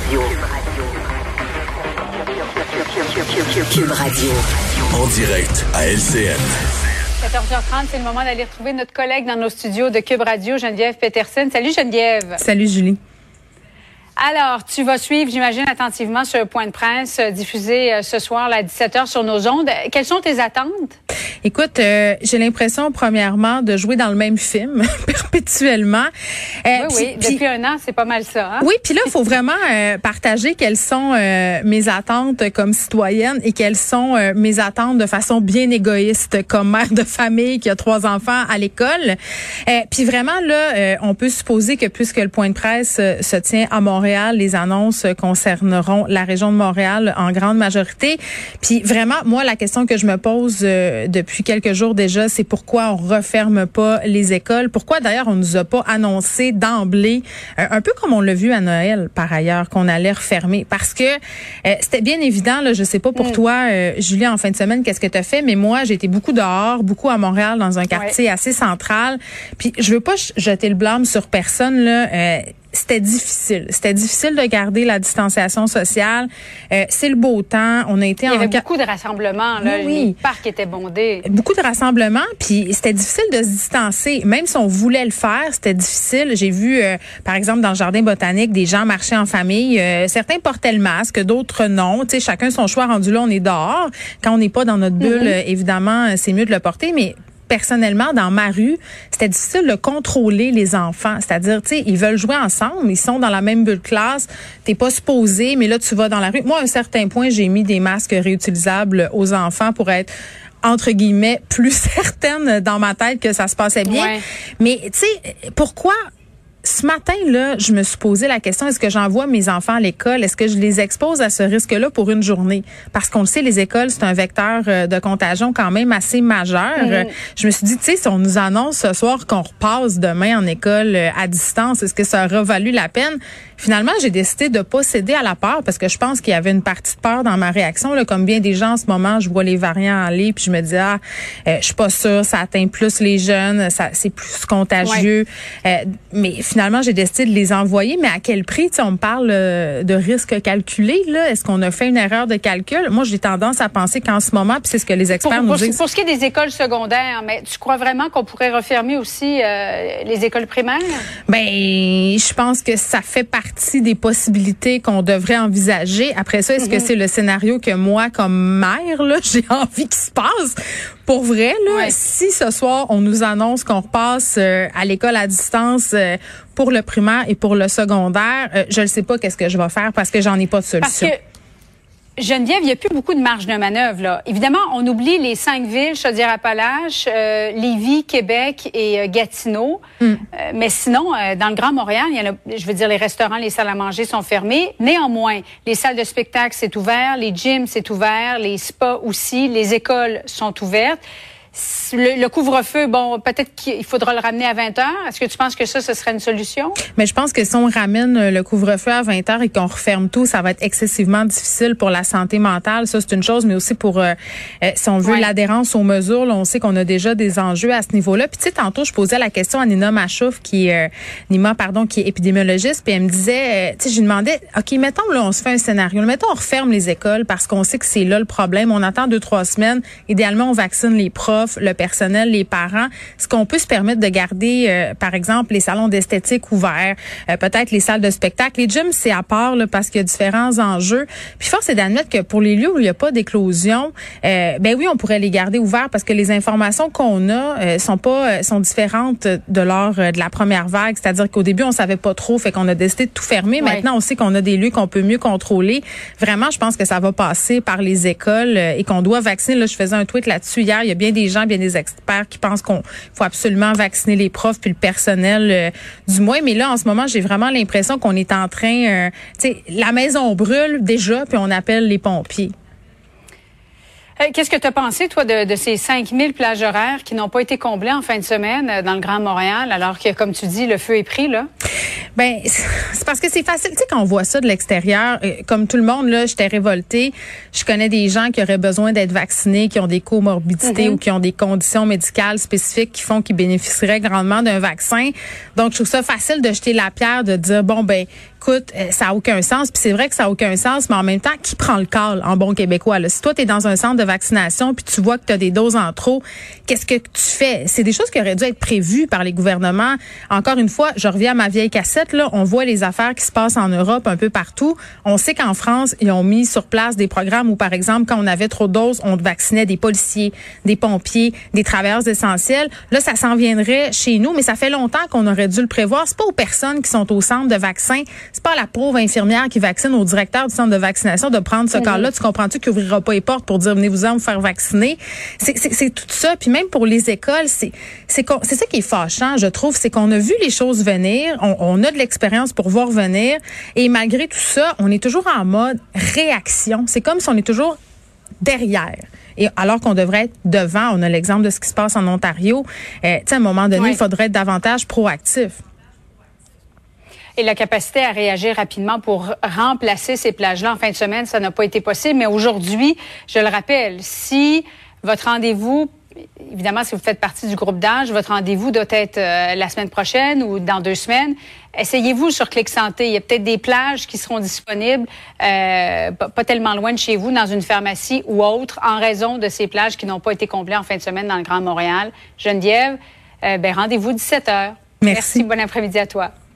Cube Radio. En direct à LCN. 14h30, c'est le moment d'aller retrouver notre collègue dans nos studios de Cube Radio, Geneviève Peterson. Salut Geneviève. Salut Julie. Alors, tu vas suivre, j'imagine, attentivement ce point de presse diffusé ce soir à 17h sur nos ondes. Quelles sont tes attentes? Écoute, j'ai l'impression, premièrement, de jouer dans le même film perpétuellement. Oui, depuis un an, c'est pas mal ça. Hein? Oui, puis là, il faut vraiment partager quelles sont mes attentes comme citoyenne et quelles sont mes attentes de façon bien égoïste comme mère de famille qui a 3 enfants à l'école. Puis vraiment, là, on peut supposer que puisque le point de presse se tient à Montréal, les annonces concerneront la région de Montréal en grande majorité. Puis vraiment, moi, la question que je me pose depuis quelques jours déjà, c'est pourquoi on referme pas les écoles. Pourquoi d'ailleurs on nous a pas annoncé d'emblée, un peu comme on l'a vu à Noël par ailleurs, qu'on allait refermer. Parce que c'était bien évident, là, je sais pas pour toi, Julie, en fin de semaine, qu'est-ce que tu as fait, mais moi, j'ai été beaucoup dehors, beaucoup à Montréal, dans un quartier assez central. Puis je veux pas jeter le blâme sur personne, là. C'était difficile. C'était difficile de garder la distanciation sociale. C'est le beau temps. On a été Il y avait beaucoup de rassemblements. Là. Oui. Les parcs étaient bondés. Beaucoup de rassemblements. Puis c'était difficile de se distancer. Même si on voulait le faire, c'était difficile. J'ai vu, par exemple, dans le jardin botanique, des gens marcher en famille. Certains portaient le masque, d'autres non. Tu sais, chacun son choix. Rendu là, on est dehors. Quand on n'est pas dans notre bulle, évidemment, c'est mieux de le porter. Mais personnellement, dans ma rue, c'était difficile de contrôler les enfants. C'est-à-dire, tu sais, ils veulent jouer ensemble, ils sont dans la même bulle classe, t'es pas supposé, mais là, tu vas dans la rue. Moi, à un certain point, j'ai mis des masques réutilisables aux enfants pour être entre guillemets, plus certaine dans ma tête que ça se passait bien. Ouais. Mais, tu sais, pourquoi... Ce matin-là, je me suis posé la question, est-ce que j'envoie mes enfants à l'école? Est-ce que je les expose à ce risque-là pour une journée? Parce qu'on le sait, les écoles, c'est un vecteur de contagion quand même assez majeur. Je me suis dit, tu sais, si on nous annonce ce soir qu'on repasse demain en école à distance, est-ce que ça aura valu la peine? Finalement, j'ai décidé de pas céder à la peur parce que je pense qu'il y avait une partie de peur dans ma réaction. Là, comme bien des gens en ce moment, je vois les variants aller puis je me dis, je suis pas sûre, ça atteint plus les jeunes, c'est plus contagieux. Ouais. Mais finalement, j'ai décidé de les envoyer, mais à quel prix? On me parle de risque calculé. Là, est-ce qu'on a fait une erreur de calcul? Moi, j'ai tendance à penser qu'en ce moment, puis c'est ce que les experts nous disent. Pour ce qui est des écoles secondaires, mais tu crois vraiment qu'on pourrait refermer aussi les écoles primaires? Ben, je pense que ça fait partie des possibilités qu'on devrait envisager. Après ça, est-ce que c'est le scénario que moi, comme mère, là, j'ai envie qu'il se passe? Pour vrai, là, si ce soir, on nous annonce qu'on repasse à l'école à distance pour le primaire et pour le secondaire, je ne sais pas qu'est-ce que je vais faire parce que j'en ai pas de solution. Parce que Geneviève, il n'y a plus beaucoup de marge de manœuvre, là. Évidemment, on oublie les 5 villes, Chaudière-Appalaches, Lévis, Québec et Gatineau. Mais sinon, dans le Grand Montréal, il y en a, je veux dire, les restaurants, les salles à manger sont fermées. Néanmoins, les salles de spectacle, c'est ouvert, les gyms, c'est ouvert, les spas aussi, les écoles sont ouvertes. Le couvre-feu, bon, peut-être qu'il faudra le ramener à 20h. Est-ce que tu penses que ça, ce serait une solution? Mais je pense que si on ramène le couvre-feu à 20h et qu'on referme tout, ça va être excessivement difficile pour la santé mentale. Ça, c'est une chose, mais aussi pour, si on veut, l'adhérence aux mesures. Là, on sait qu'on a déjà des enjeux à ce niveau-là. Puis, tu sais, tantôt, je posais la question à Nima Machouf, qui est épidémiologiste, puis elle me disait, tu sais, je lui demandais, OK, mettons, là, on se fait un scénario. Mettons, on referme les écoles parce qu'on sait que c'est là le problème. On attend 2-3 semaines. Idéalement, on vaccine les profs, le personnel, les parents. Est-ce qu'on peut se permettre de garder, par exemple, les salons d'esthétique ouverts, peut-être les salles de spectacle? Les gyms, c'est à part là, parce qu'il y a différents enjeux. Puis force est d'admettre que pour les lieux où il n'y a pas d'éclosion, ben oui, on pourrait les garder ouverts parce que les informations qu'on a sont différentes de lors de la première vague. C'est-à-dire qu'au début, on savait pas trop, fait qu'on a décidé de tout fermer. Ouais. Maintenant, on sait qu'on a des lieux qu'on peut mieux contrôler. Vraiment, je pense que ça va passer par les écoles et qu'on doit vacciner. Là, je faisais un tweet là-dessus hier. Il y a bien des gens, bien des experts qui pensent qu'on faut absolument vacciner les profs puis le personnel du moins. Mais là, en ce moment, j'ai vraiment l'impression qu'on est en train, tu sais, la maison brûle déjà puis on appelle les pompiers. Qu'est-ce que tu as pensé, toi, de ces 5000 plages horaires qui n'ont pas été comblées en fin de semaine dans le Grand Montréal, alors que, comme tu dis, le feu est pris, là? Ben, c'est parce que c'est facile. Tu sais, quand on voit ça de l'extérieur, comme tout le monde, là, j'étais révoltée. Je connais des gens qui auraient besoin d'être vaccinés, qui ont des comorbidités ou qui ont des conditions médicales spécifiques qui font qu'ils bénéficieraient grandement d'un vaccin. Donc, je trouve ça facile de jeter la pierre, de dire, bon, ben, écoute, ça a aucun sens. Puis c'est vrai que ça a aucun sens, mais en même temps, qui prend le call en bon québécois? Là? Si toi, tu es dans un centre de vaccination puis tu vois que tu as des doses en trop, qu'est-ce que tu fais? C'est des choses qui auraient dû être prévues par les gouvernements. Encore une fois, je reviens à ma vieille cassette. Là, on voit les affaires qui se passent en Europe un peu partout. On sait qu'en France, ils ont mis sur place des programmes où, par exemple, quand on avait trop de doses, on vaccinait des policiers, des pompiers, des travailleurs essentiels. Là, ça s'en viendrait chez nous, mais ça fait longtemps qu'on aurait dû le prévoir. C'est pas aux personnes qui sont au centre de vaccin. C'est pas à la pauvre infirmière qui vaccine, au directeur du centre de vaccination de prendre ce cas-là. Tu comprends-tu qu'il ouvrira pas les portes pour dire venez-vous-en vous faire vacciner? C'est tout ça. Puis même pour les écoles, c'est ça qui est fâchant, je trouve, c'est qu'on a vu les choses venir, on a de l'expérience pour voir venir, et malgré tout ça, on est toujours en mode réaction. C'est comme si on est toujours derrière. Et alors qu'on devrait être devant. On a l'exemple de ce qui se passe en Ontario. Tu sais, à un moment donné, il faudrait être davantage proactif. Et la capacité à réagir rapidement pour remplacer ces plages-là en fin de semaine, ça n'a pas été possible. Mais aujourd'hui, je le rappelle, si votre rendez-vous, évidemment, si vous faites partie du groupe d'âge, votre rendez-vous doit être la semaine prochaine ou dans 2 semaines. Essayez-vous sur Clic Santé. Il y a peut-être des plages qui seront disponibles pas tellement loin de chez vous, dans une pharmacie ou autre, en raison de ces plages qui n'ont pas été comblées en fin de semaine dans le Grand Montréal. Geneviève, rendez-vous 17h. Merci. Bon après-midi à toi.